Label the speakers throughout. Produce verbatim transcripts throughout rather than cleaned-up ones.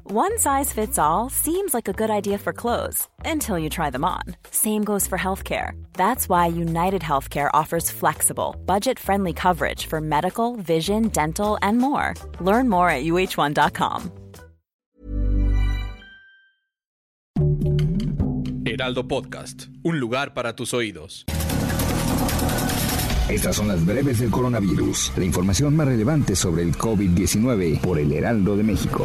Speaker 1: One size fits all seems like a good idea for clothes until you try them on. Same goes for healthcare. That's why United Healthcare offers flexible, budget-friendly coverage for medical, vision, dental, and more. Learn more at U H one dot com.
Speaker 2: Heraldo Podcast, un lugar para tus oídos.
Speaker 3: Estas son las breves del coronavirus, la información más relevante sobre el COVID diecinueve por el Heraldo de México.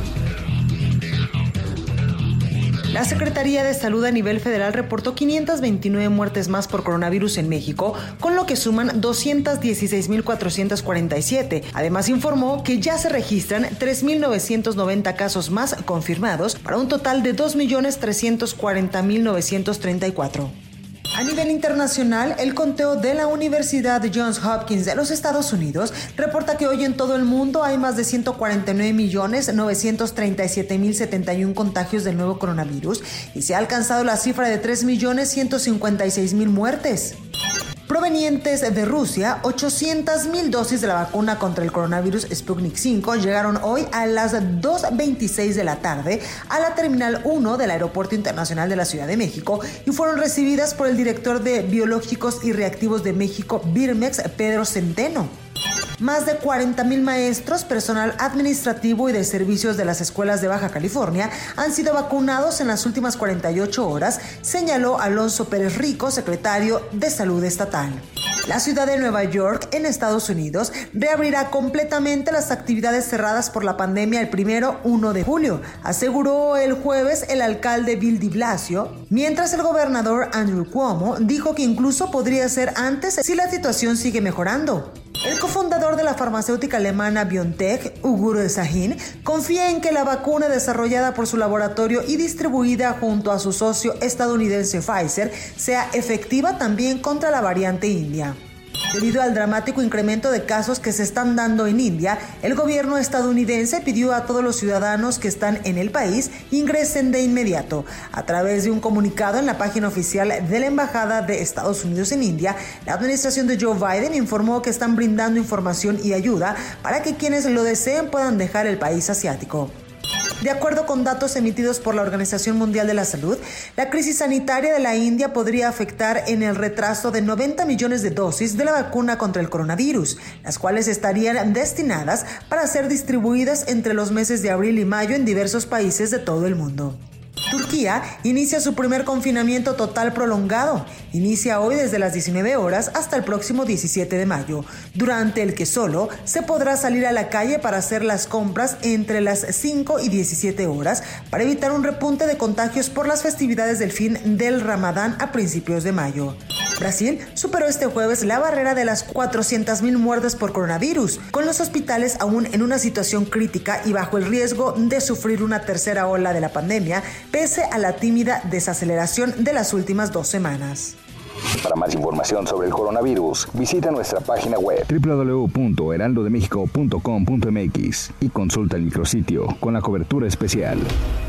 Speaker 4: La Secretaría de Salud a nivel federal reportó quinientas veintinueve muertes más por coronavirus en México, con lo que suman doscientas dieciséis mil cuatrocientas cuarenta y siete. Además, informó que ya se registran tres mil novecientos noventa casos más confirmados, para un total de dos millones trescientos cuarenta mil novecientos treinta y cuatro. A nivel internacional, el conteo de la Universidad Johns Hopkins de los Estados Unidos reporta que hoy en todo el mundo hay más de ciento cuarenta y nueve millones novecientos treinta y siete mil setenta y uno contagios del nuevo coronavirus y se ha alcanzado la cifra de tres millones ciento cincuenta y seis mil muertes. Provenientes de Rusia, ochocientas mil dosis de la vacuna contra el coronavirus Sputnik cinco llegaron hoy a las dos veintiséis de la tarde a la Terminal uno del Aeropuerto Internacional de la Ciudad de México y fueron recibidas por el director de Biológicos y Reactivos de México, Birmex, Pedro Centeno. Más de cuarenta mil maestros, personal administrativo y de servicios de las escuelas de Baja California han sido vacunados en las últimas cuarenta y ocho horas, señaló Alonso Pérez Rico, secretario de Salud Estatal. La ciudad de Nueva York, en Estados Unidos, reabrirá completamente las actividades cerradas por la pandemia el primero uno de julio, aseguró el jueves el alcalde Bill de Blasio, mientras el gobernador Andrew Cuomo dijo que incluso podría ser antes si la situación sigue mejorando. El cofundador de la farmacéutica alemana BioNTech, Ugur Sahin, confía en que la vacuna desarrollada por su laboratorio y distribuida junto a su socio estadounidense Pfizer sea efectiva también contra la variante india. Debido al dramático incremento de casos que se están dando en India, el gobierno estadounidense pidió a todos los ciudadanos que están en el país ingresen de inmediato. A través de un comunicado en la página oficial de la Embajada de Estados Unidos en India, la administración de Joe Biden informó que están brindando información y ayuda para que quienes lo deseen puedan dejar el país asiático. De acuerdo con datos emitidos por la Organización Mundial de la Salud, la crisis sanitaria de la India podría afectar en el retraso de noventa millones de dosis de la vacuna contra el coronavirus, las cuales estarían destinadas para ser distribuidas entre los meses de abril y mayo en diversos países de todo el mundo. Turquía inicia su primer confinamiento total prolongado. Inicia hoy desde las diecinueve horas hasta el próximo diecisiete de mayo, durante el que solo se podrá salir a la calle para hacer las compras entre las cinco y diecisiete horas para evitar un repunte de contagios por las festividades del fin del Ramadán a principios de mayo. Brasil superó este jueves la barrera de las cuatrocientas mil muertes por coronavirus, con los hospitales aún en una situación crítica y bajo el riesgo de sufrir una tercera ola de la pandemia, pese a la tímida desaceleración de las últimas dos semanas.
Speaker 3: Para más información sobre el coronavirus, visita nuestra página web doble u doble u doble u punto heraldo de méxico punto com punto m x y consulta el micrositio con la cobertura especial.